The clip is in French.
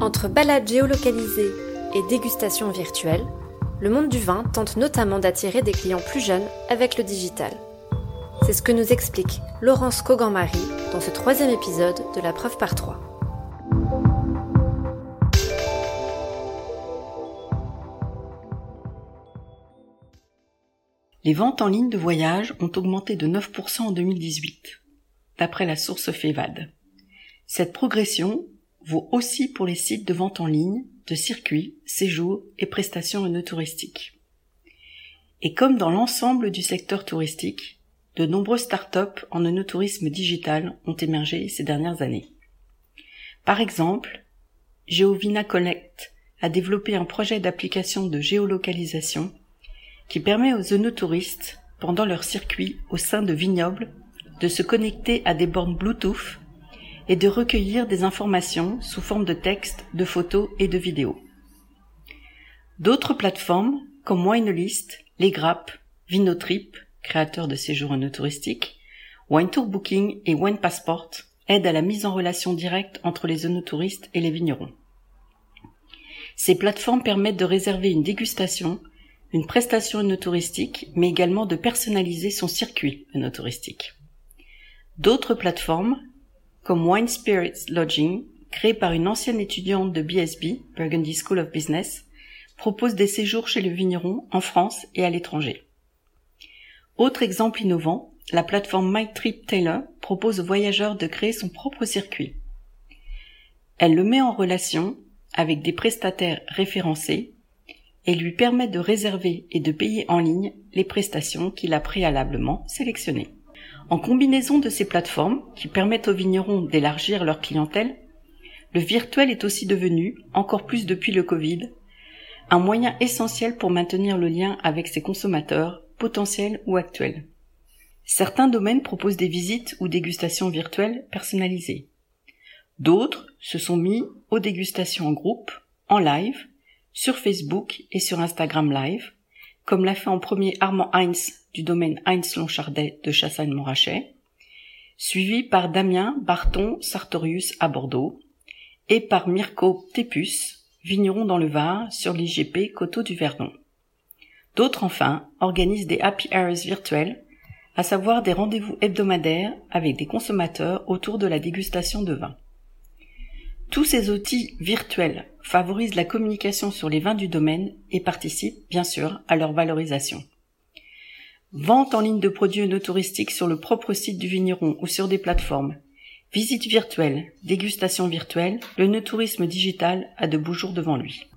Entre balades géolocalisées et dégustation virtuelle, le monde du vin tente notamment d'attirer des clients plus jeunes avec le digital. C'est ce que nous explique Laurence Kogan-Marie dans ce 3e épisode de La Preuve par 3. Les ventes en ligne de voyage ont augmenté de 9% en 2018, d'après la source Fevad. Cette progression vaut aussi pour les sites de vente en ligne, de circuits, séjours et prestations œnotouristiques. Et comme dans l'ensemble du secteur touristique, de nombreuses startups en œnotourisme digital ont émergé ces dernières années. Par exemple, Geovina Connect a développé un projet d'application de géolocalisation qui permet aux œnotouristes, pendant leur circuit au sein de vignobles, de se connecter à des bornes Bluetooth et de recueillir des informations sous forme de texte, de photos et de vidéos. D'autres plateformes, comme Winelist, Les Grappes, Vinotrip, créateurs de séjours œnotouristiques, Wine Tour Booking et Wine Passport, aident à la mise en relation directe entre les œnotouristes et les vignerons. Ces plateformes permettent de réserver une dégustation, une prestation œnotouristique, mais également de personnaliser son circuit œnotouristique. D'autres plateformes, comme Wine Spirits Lodging, créée par une ancienne étudiante de BSB, Burgundy School of Business, proposent des séjours chez le vigneron en France et à l'étranger. Autre exemple innovant, la plateforme MyTripTailor propose aux voyageurs de créer son propre circuit. Elle le met en relation avec des prestataires référencés et lui permet de réserver et de payer en ligne les prestations qu'il a préalablement sélectionnées. En combinaison de ces plateformes, qui permettent aux vignerons d'élargir leur clientèle, le virtuel est aussi devenu, encore plus depuis le Covid, un moyen essentiel pour maintenir le lien avec ses consommateurs, potentiels ou actuels. Certains domaines proposent des visites ou dégustations virtuelles personnalisées. D'autres se sont mis aux dégustations en groupe, en live, sur Facebook et sur Instagram Live, comme l'a fait en premier Armand Heinz du domaine Heinz Lonchardet de Chassagne-Montrachet, suivi par Damien Barton Sartorius à Bordeaux, et par Mirko Tepus, vigneron dans le Var, sur l'IGP Coteaux du Verdon. D'autres enfin organisent des happy hours virtuels, à savoir des rendez-vous hebdomadaires avec des consommateurs autour de la dégustation de vin. Tous ces outils virtuels favorisent la communication sur les vins du domaine et participent, bien sûr, à leur valorisation. Vente en ligne de produits œnotouristiques sur le propre site du vigneron ou sur des plateformes, visites virtuelles, dégustation virtuelle, l'œnotourisme digital a de beaux jours devant lui.